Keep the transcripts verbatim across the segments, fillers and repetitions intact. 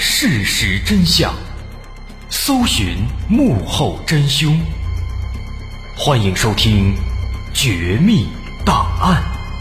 事实真相，搜寻幕后真凶。欢迎收听《绝密档案》。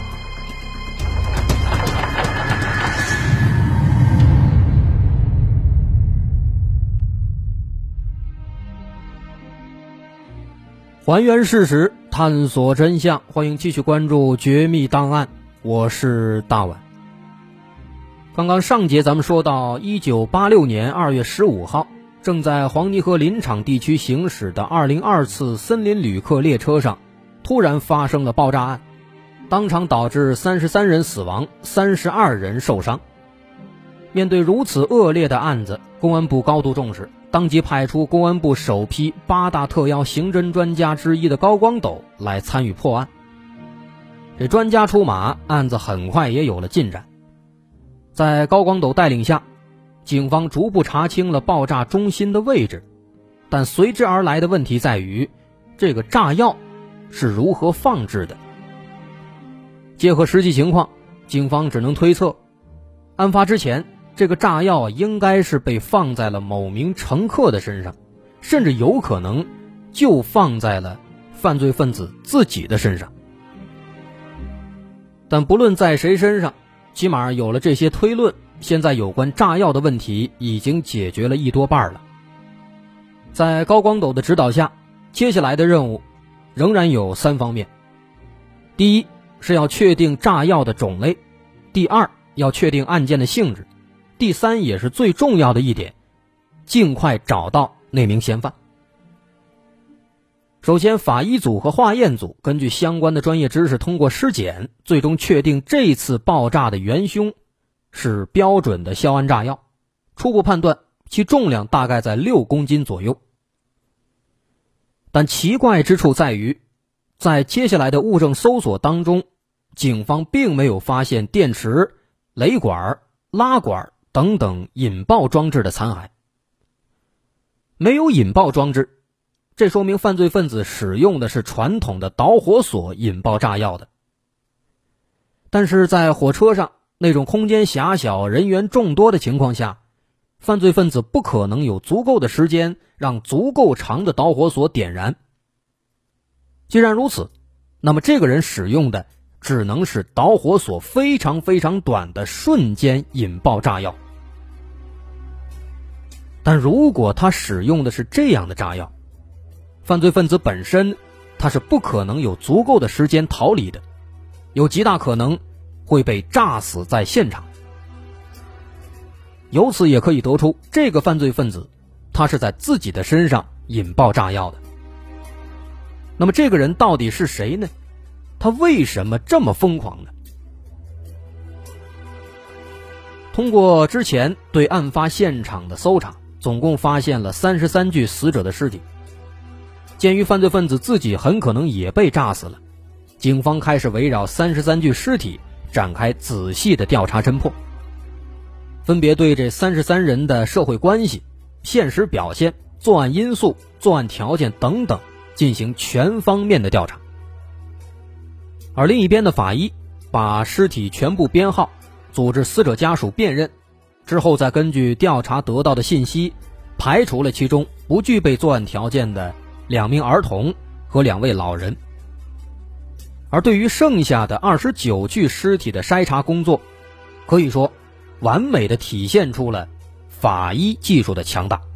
还原事实，探索真相，欢迎继续关注《绝密档案》，我是大碗。刚刚上节咱们说到一九八六年二月十五号，正在黄泥河林场地区行驶的二零二次森林旅客列车上突然发生了爆炸案，当场导致三十三人死亡，三十二人受伤。面对如此恶劣的案子，公安部高度重视，当即派出公安部首批八大特邀刑侦专家之一的高光斗来参与破案。这专家出马，案子很快也有了进展。在高光斗带领下，警方逐步查清了爆炸中心的位置，但随之而来的问题在于，这个炸药是如何放置的。结合实际情况，警方只能推测，案发之前这个炸药应该是被放在了某名乘客的身上，甚至有可能就放在了犯罪分子自己的身上。但不论在谁身上，起码有了这些推论，现在有关炸药的问题已经解决了一多半了。在高光斗的指导下，接下来的任务仍然有三方面。第一，是要确定炸药的种类；第二，要确定案件的性质；第三，也是最重要的一点，尽快找到那名嫌犯。首先，法医组和化验组根据相关的专业知识，通过尸检，最终确定这次爆炸的元凶是标准的硝铵炸药，初步判断其重量大概在六公斤左右。但奇怪之处在于，在接下来的物证搜索当中，警方并没有发现电池、雷管、拉管等等引爆装置的残骸。没有引爆装置，这说明犯罪分子使用的是传统的导火索引爆炸药的。但是在火车上那种空间狭小、人员众多的情况下，犯罪分子不可能有足够的时间让足够长的导火索点燃。既然如此，那么这个人使用的只能是导火索非常非常短的瞬间引爆炸药。但如果他使用的是这样的炸药，犯罪分子本身他是不可能有足够的时间逃离的，有极大可能会被炸死在现场。由此也可以得出，这个犯罪分子他是在自己的身上引爆炸药的。那么这个人到底是谁呢？他为什么这么疯狂呢？通过之前对案发现场的搜查，总共发现了三十三具死者的尸体。鉴于犯罪分子自己很可能也被炸死了，警方开始围绕三十三具尸体展开仔细的调查侦破，分别对这三十三人的社会关系、现实表现、作案因素、作案条件等等进行全方面的调查。而另一边的法医把尸体全部编号，组织死者家属辨认，之后再根据调查得到的信息，排除了其中不具备作案条件的两名儿童和两位老人。而对于剩下的二十九具尸体的筛查工作，可以说完美的体现出了法医技术的强大。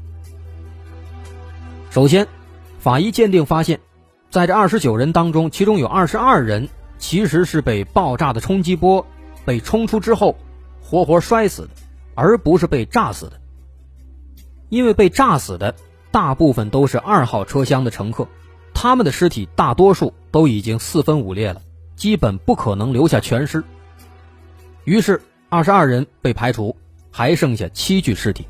首先，法医鉴定发现，在这二十九人当中，其中有二十二人其实是被爆炸的冲击波被冲出之后活活摔死的，而不是被炸死的。因为被炸死的大部分都是二号车厢的乘客，他们的尸体大多数都已经四分五裂了，基本不可能留下全尸。于是二十二人被排除，还剩下七具尸体。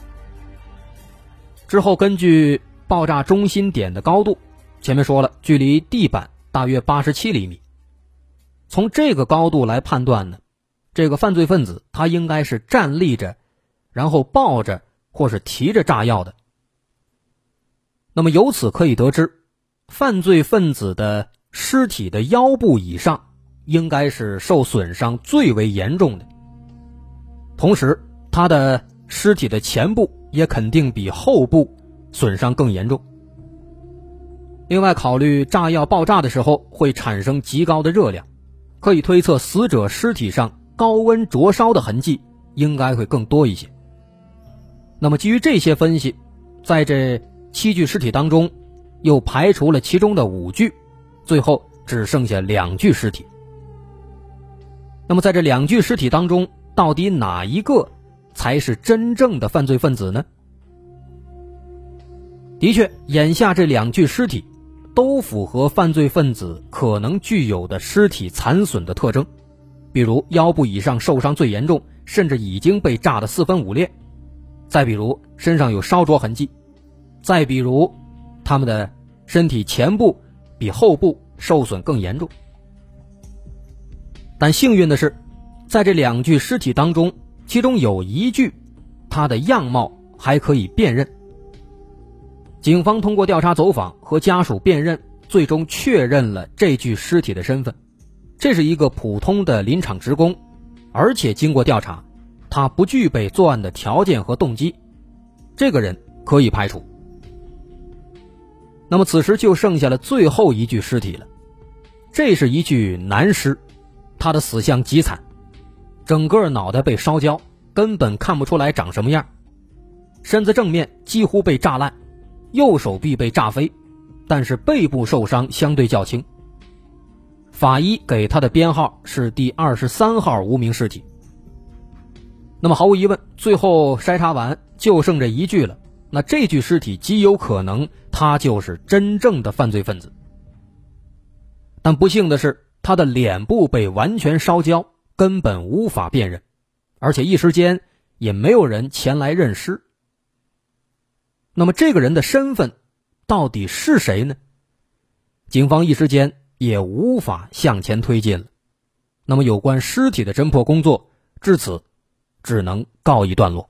之后根据爆炸中心点的高度，前面说了，距离地板大约八十七厘米。从这个高度来判断呢，这个犯罪分子他应该是站立着，然后抱着或是提着炸药的。那么由此可以得知，犯罪分子的尸体的腰部以上应该是受损伤最为严重的，同时他的尸体的前部也肯定比后部损伤更严重。另外，考虑炸药爆炸的时候会产生极高的热量，可以推测死者尸体上高温灼烧的痕迹应该会更多一些。那么基于这些分析，在这七具尸体当中又排除了其中的五具，最后只剩下两具尸体。那么在这两具尸体当中，到底哪一个才是真正的犯罪分子呢？的确，眼下这两具尸体都符合犯罪分子可能具有的尸体残损的特征，比如腰部以上受伤最严重，甚至已经被炸得四分五裂，再比如身上有烧灼痕迹，再比如他们的身体前部比后部受损更严重。但幸运的是，在这两具尸体当中，其中有一具它的样貌还可以辨认。警方通过调查走访和家属辨认，最终确认了这具尸体的身份。这是一个普通的林场职工，而且经过调查，他不具备作案的条件和动机，这个人可以排除。那么此时就剩下了最后一具尸体了，这是一具男尸，他的死相极惨，整个脑袋被烧焦，根本看不出来长什么样，身子正面几乎被炸烂，右手臂被炸飞，但是背部受伤相对较轻。法医给他的编号是第二十三号无名尸体。那么毫无疑问，最后筛查完就剩这一具了，那这具尸体极有可能他就是真正的犯罪分子。但不幸的是，他的脸部被完全烧焦，根本无法辨认，而且一时间也没有人前来认尸。那么这个人的身份到底是谁呢？警方一时间也无法向前推进了。那么有关尸体的侦破工作至此只能告一段落。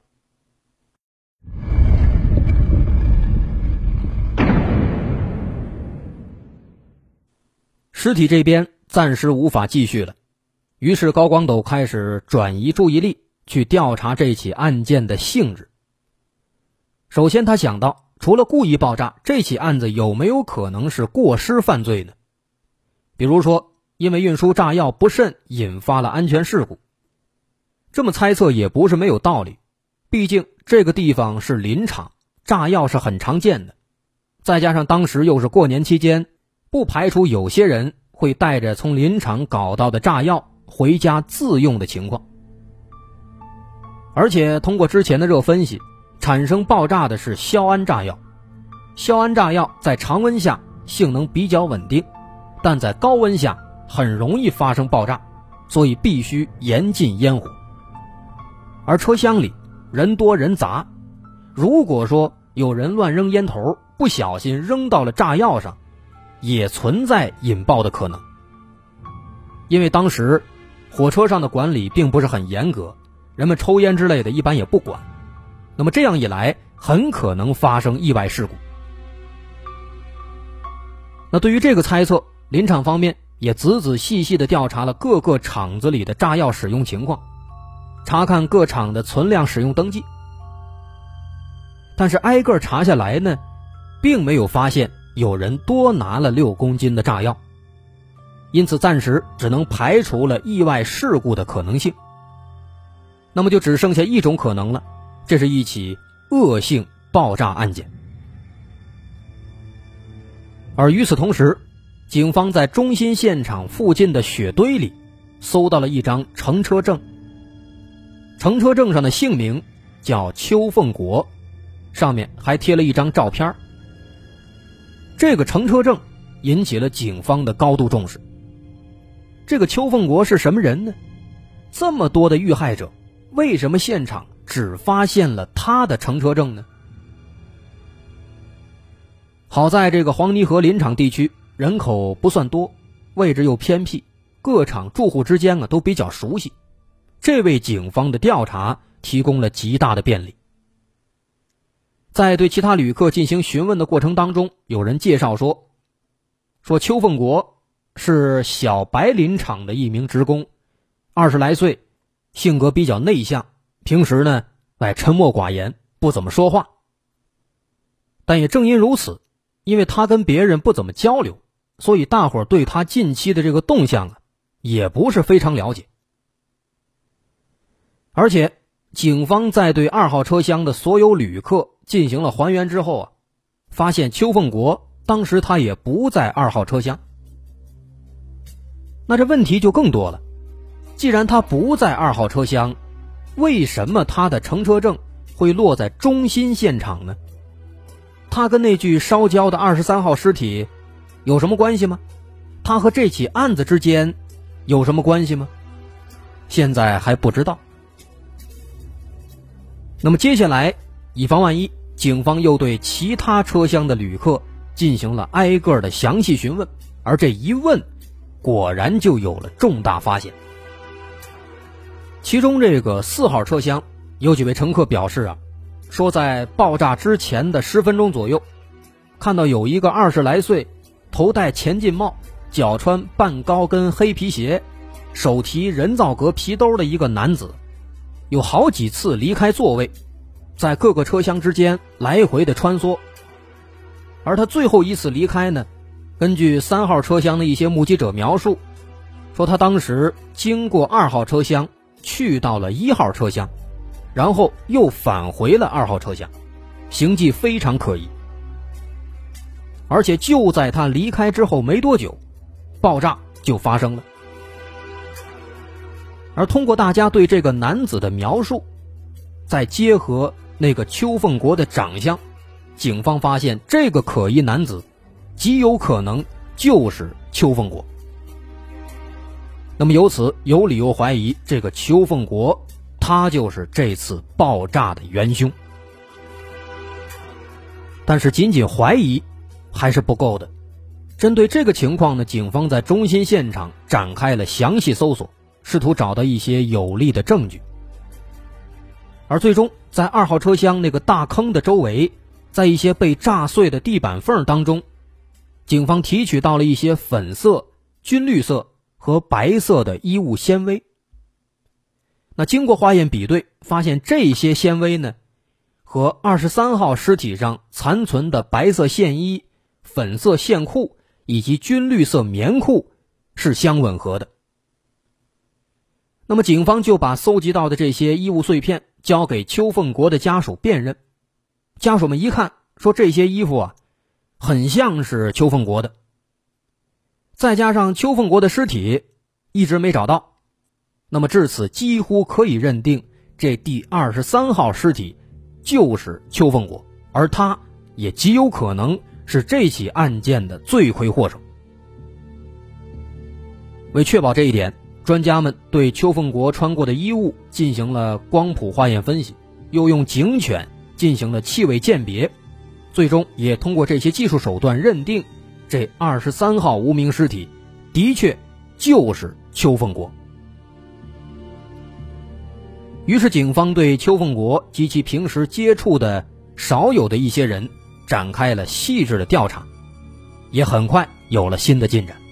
尸体这边暂时无法继续了，于是高光斗开始转移注意力，去调查这起案件的性质。首先他想到，除了故意爆炸，这起案子有没有可能是过失犯罪呢？比如说因为运输炸药不慎引发了安全事故。这么猜测也不是没有道理，毕竟这个地方是林场，炸药是很常见的，再加上当时又是过年期间，不排除有些人会带着从林场搞到的炸药回家自用的情况。而且通过之前的热分析，产生爆炸的是硝铵炸药。硝铵炸药在常温下性能比较稳定，但在高温下很容易发生爆炸，所以必须严禁烟火。而车厢里人多人杂，如果说有人乱扔烟头，不小心扔到了炸药上，也存在引爆的可能。因为当时火车上的管理并不是很严格，人们抽烟之类的一般也不管，那么这样一来很可能发生意外事故。那对于这个猜测，林场方面也仔仔细细地调查了各个厂子里的炸药使用情况，查看各厂的存量使用登记。但是挨个查下来呢，并没有发现有人多拿了六公斤的炸药，因此暂时只能排除了意外事故的可能性。那么就只剩下一种可能了，这是一起恶性爆炸案件。而与此同时，警方在中心现场附近的雪堆里搜到了一张乘车证，乘车证上的姓名叫邱凤国，上面还贴了一张照片。这个乘车证引起了警方的高度重视。这个邱凤国是什么人呢？这么多的遇害者，为什么现场只发现了他的乘车证呢？好在这个黄泥河林场地区人口不算多，位置又偏僻，各厂住户之间啊都比较熟悉，这为警方的调查提供了极大的便利。在对其他旅客进行询问的过程当中，有人介绍说，说邱凤国是小白林场的一名职工，二十来岁，性格比较内向，平时呢哎，沉默寡言，不怎么说话。但也正因如此，因为他跟别人不怎么交流，所以大伙儿对他近期的这个动向啊，也不是非常了解。而且警方在对二号车厢的所有旅客进行了还原之后啊，发现邱凤国当时他也不在二号车厢。那这问题就更多了，既然他不在二号车厢，为什么他的乘车证会落在中心现场呢？他跟那具烧焦的二十三号尸体有什么关系吗？他和这起案子之间有什么关系吗？现在还不知道。那么接下来，以防万一，警方又对其他车厢的旅客进行了挨个的详细询问，而这一问果然就有了重大发现。其中这个四号车厢有几位乘客表示啊，说在爆炸之前的十分钟左右，看到有一个二十来岁，头戴前进帽，脚穿半高跟黑皮鞋，手提人造革皮兜的一个男子，有好几次离开座位，在各个车厢之间来回的穿梭。而他最后一次离开呢，根据三号车厢的一些目击者描述，说他当时经过二号车厢去到了一号车厢，然后又返回了二号车厢，行迹非常可疑。而且就在他离开之后没多久，爆炸就发生了。而通过大家对这个男子的描述，再结合那个邱凤国的长相，警方发现这个可疑男子极有可能就是邱凤国。那么由此有理由怀疑，这个邱凤国他就是这次爆炸的元凶。但是仅仅怀疑还是不够的，针对这个情况呢，警方在中心现场展开了详细搜索，试图找到一些有力的证据。而最终在二号车厢那个大坑的周围，在一些被炸碎的地板缝当中，警方提取到了一些粉色、军绿色和白色的衣物纤维。那经过化验比对，发现这些纤维呢，和二十三号尸体上残存的白色线衣、粉色线裤以及军绿色棉裤是相吻合的。那么警方就把搜集到的这些衣物碎片交给邱凤国的家属辨认，家属们一看，说这些衣服啊，很像是邱凤国的。再加上邱凤国的尸体一直没找到，那么至此几乎可以认定这第二十三号尸体就是邱凤国，而他也极有可能是这起案件的罪魁祸首。为确保这一点，专家们对邱凤国穿过的衣物进行了光谱化验分析，又用警犬进行了气味鉴别，最终也通过这些技术手段认定这二十三号无名尸体的确就是邱凤国。于是警方对邱凤国及其平时接触的少有的一些人展开了细致的调查，也很快有了新的进展。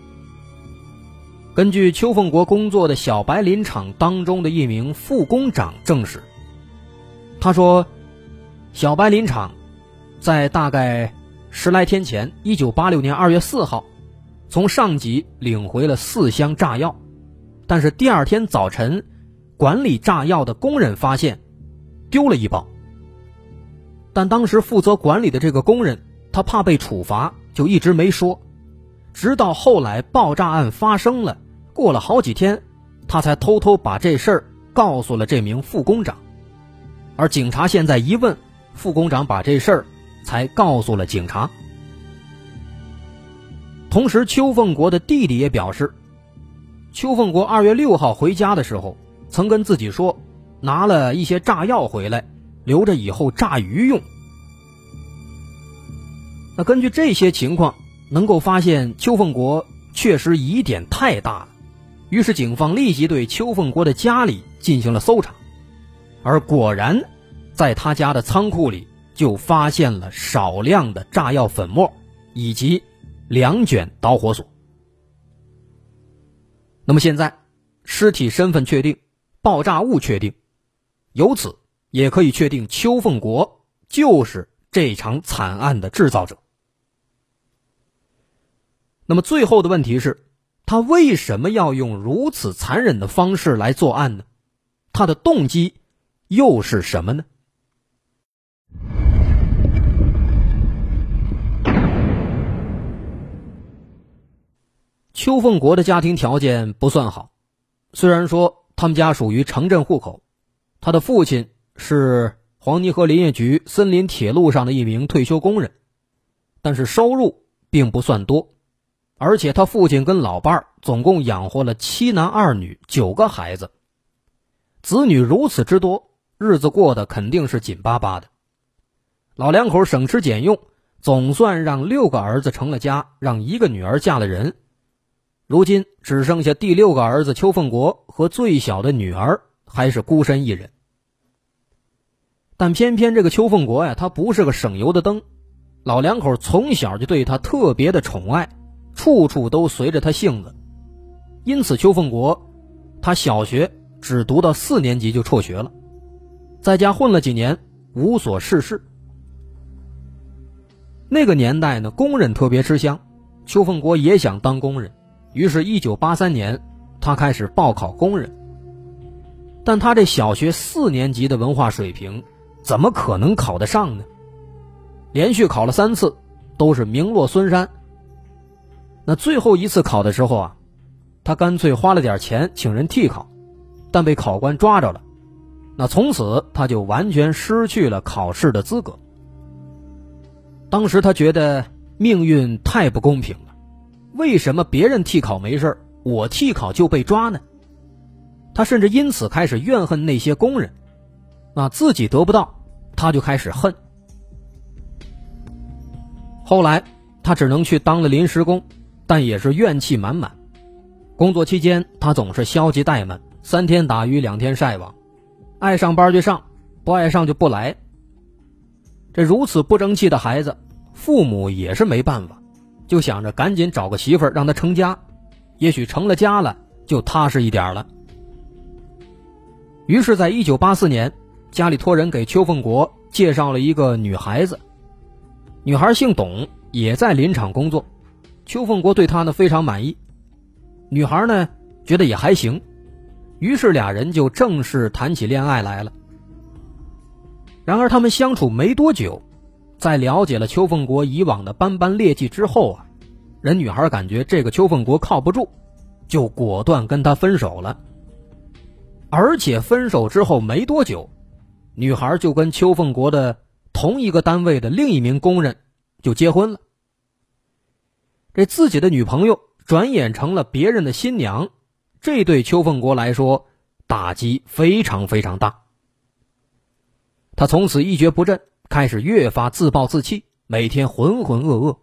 根据邱凤国工作的小白林厂当中的一名副工长证实，他说小白林厂在大概十来天前，一九八六年二月四号从上级领回了四箱炸药，但是第二天早晨管理炸药的工人发现丢了一包，但当时负责管理的这个工人他怕被处罚，就一直没说，直到后来爆炸案发生了，过了好几天，他才偷偷把这事儿告诉了这名副工长。而警察现在一问，副工长把这事儿才告诉了警察。同时邱凤国的弟弟也表示，邱凤国二月六号回家的时候曾跟自己说，拿了一些炸药回来，留着以后炸鱼用。那根据这些情况，能够发现邱凤国确实疑点太大了，于是警方立即对邱凤国的家里进行了搜查，而果然在他家的仓库里就发现了少量的炸药粉末以及两卷导火索。那么现在尸体身份确定，爆炸物确定，由此也可以确定邱凤国就是这场惨案的制造者。那么最后的问题是，他为什么要用如此残忍的方式来作案呢？他的动机又是什么呢？邱凤国的家庭条件不算好，虽然说他们家属于城镇户口，他的父亲是黄泥河林业局森林铁路上的一名退休工人，但是收入并不算多，而且他父亲跟老伴儿总共养活了七男二女九个孩子，子女如此之多，日子过得肯定是紧巴巴的。老两口省吃俭用，总算让六个儿子成了家，让一个女儿嫁了人。如今只剩下第六个儿子邱凤国和最小的女儿还是孤身一人。但偏偏这个邱凤国呀，他不是个省油的灯，老两口从小就对他特别的宠爱，处处都随着他性子。因此邱凤国他小学只读到四年级就辍学了，在家混了几年，无所事事。那个年代呢，工人特别吃香，邱凤国也想当工人，于是一九八三年他开始报考工人。但他这小学四年级的文化水平怎么可能考得上呢？连续考了三次都是名落孙山。那最后一次考的时候啊，他干脆花了点钱请人替考，但被考官抓着了。那从此他就完全失去了考试的资格。当时他觉得命运太不公平了，为什么别人替考没事，我替考就被抓呢？他甚至因此开始怨恨那些工人，那自己得不到，他就开始恨。后来他只能去当了临时工，但也是怨气满满。工作期间他总是消极怠慢，三天打鱼两天晒网，爱上班就上，不爱上就不来。这如此不争气的孩子，父母也是没办法，就想着赶紧找个媳妇儿让他成家，也许成了家了就踏实一点了。于是在一九八四年，家里托人给邱凤国介绍了一个女孩子，女孩姓董，也在林场工作。邱凤国对她呢非常满意，女孩呢觉得也还行，于是俩人就正式谈起恋爱来了。然而他们相处没多久，在了解了邱凤国以往的斑斑劣迹之后啊，人女孩感觉这个邱凤国靠不住，就果断跟他分手了。而且分手之后没多久，女孩就跟邱凤国的同一个单位的另一名工人就结婚了。这自己的女朋友转眼成了别人的新娘，这对邱凤国来说打击非常非常大。他从此一蹶不振，开始越发自暴自弃，每天浑浑噩噩。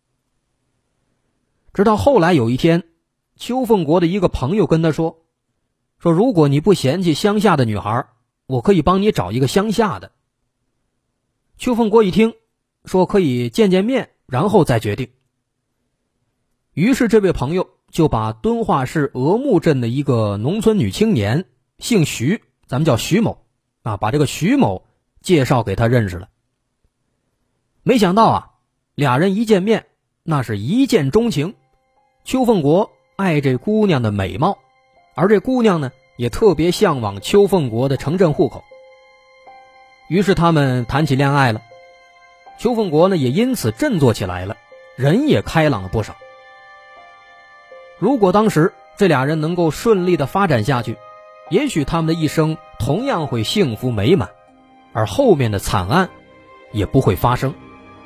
直到后来有一天，邱凤国的一个朋友跟他说说如果你不嫌弃乡下的女孩，我可以帮你找一个乡下的。邱凤国一听说可以见见面，然后再决定。于是这位朋友就把敦化市鹅木镇的一个农村女青年，姓徐，咱们叫徐某啊，把这个徐某介绍给他认识了。没想到啊，俩人一见面那是一见钟情，邱凤国爱这姑娘的美貌，而这姑娘呢也特别向往邱凤国的城镇户口。于是他们谈起恋爱了，邱凤国呢也因此振作起来了，人也开朗了不少。如果当时这俩人能够顺利的发展下去，也许他们的一生同样会幸福美满，而后面的惨案也不会发生。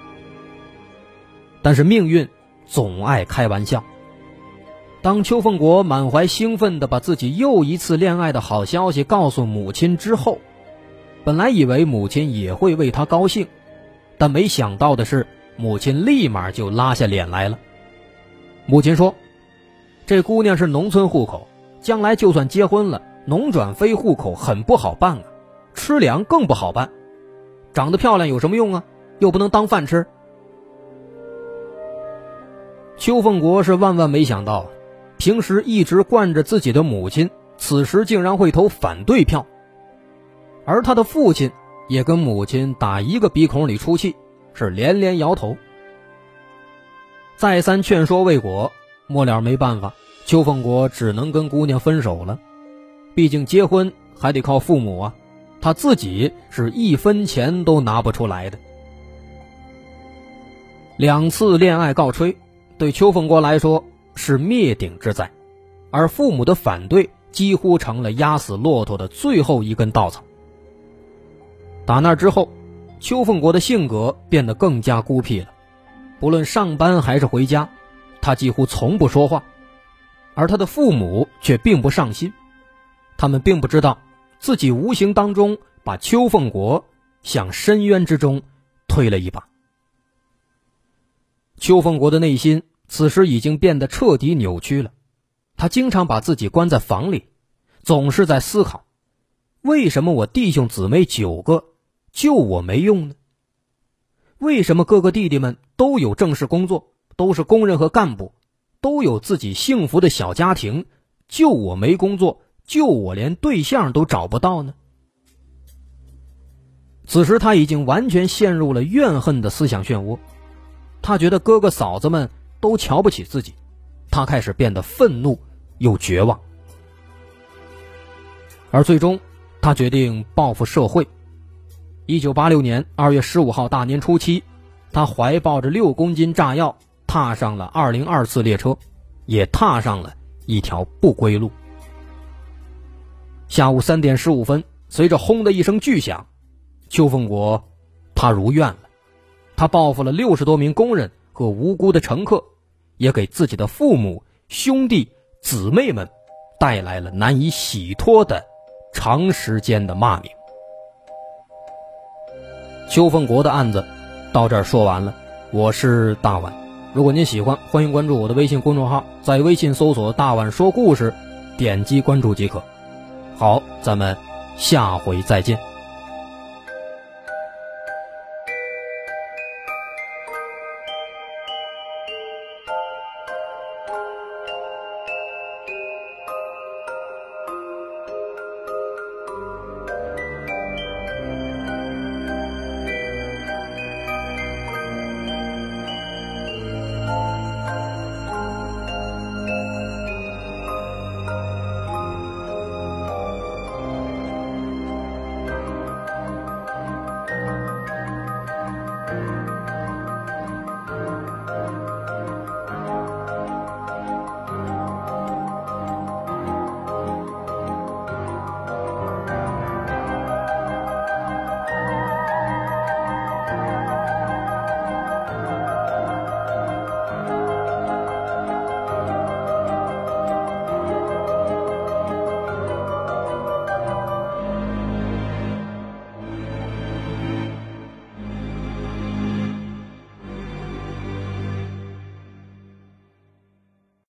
但是命运总爱开玩笑。当邱凤国满怀兴奋地把自己又一次恋爱的好消息告诉母亲之后，本来以为母亲也会为他高兴，但没想到的是，母亲立马就拉下脸来了。母亲说，这姑娘是农村户口，将来就算结婚了，农转非户口很不好办啊，吃粮更不好办，长得漂亮有什么用啊，又不能当饭吃。邱凤国是万万没想到，平时一直惯着自己的母亲，此时竟然会投反对票。 而他的父亲也跟母亲打一个鼻孔里出气，是连连摇头。再三劝说未果，末了没办法，邱凤国只能跟姑娘分手了。毕竟结婚还得靠父母啊，他自己是一分钱都拿不出来的。两次恋爱告吹，对邱凤国来说是灭顶之灾，而父母的反对几乎成了压死骆驼的最后一根稻草。打那之后，邱凤国的性格变得更加孤僻了，不论上班还是回家，他几乎从不说话。而他的父母却并不上心，他们并不知道自己无形当中把邱凤国向深渊之中推了一把。邱凤国的内心此时已经变得彻底扭曲了，他经常把自己关在房里，总是在思考，为什么我弟兄姊妹九个就我没用呢？为什么哥哥弟弟们都有正式工作，都是工人和干部，都有自己幸福的小家庭，就我没工作，就我连对象都找不到呢？此时他已经完全陷入了怨恨的思想漩涡，他觉得哥哥嫂子们都瞧不起自己，他开始变得愤怒又绝望。而最终他决定报复社会。一九八六年二月十五号大年初七，他怀抱着六公斤炸药踏上了二零二次列车，也踏上了一条不归路。下午三点十五分，随着轰的一声巨响，邱凤国他如愿了，他报复了六十多名工人和无辜的乘客，也给自己的父母、兄弟、姊妹们带来了难以洗脱的长时间的骂名。邱凤国的案子到这儿说完了，我是大碗。如果您喜欢，欢迎关注我的微信公众号，在微信搜索大碗说故事，点击关注即可。好，咱们下回再见。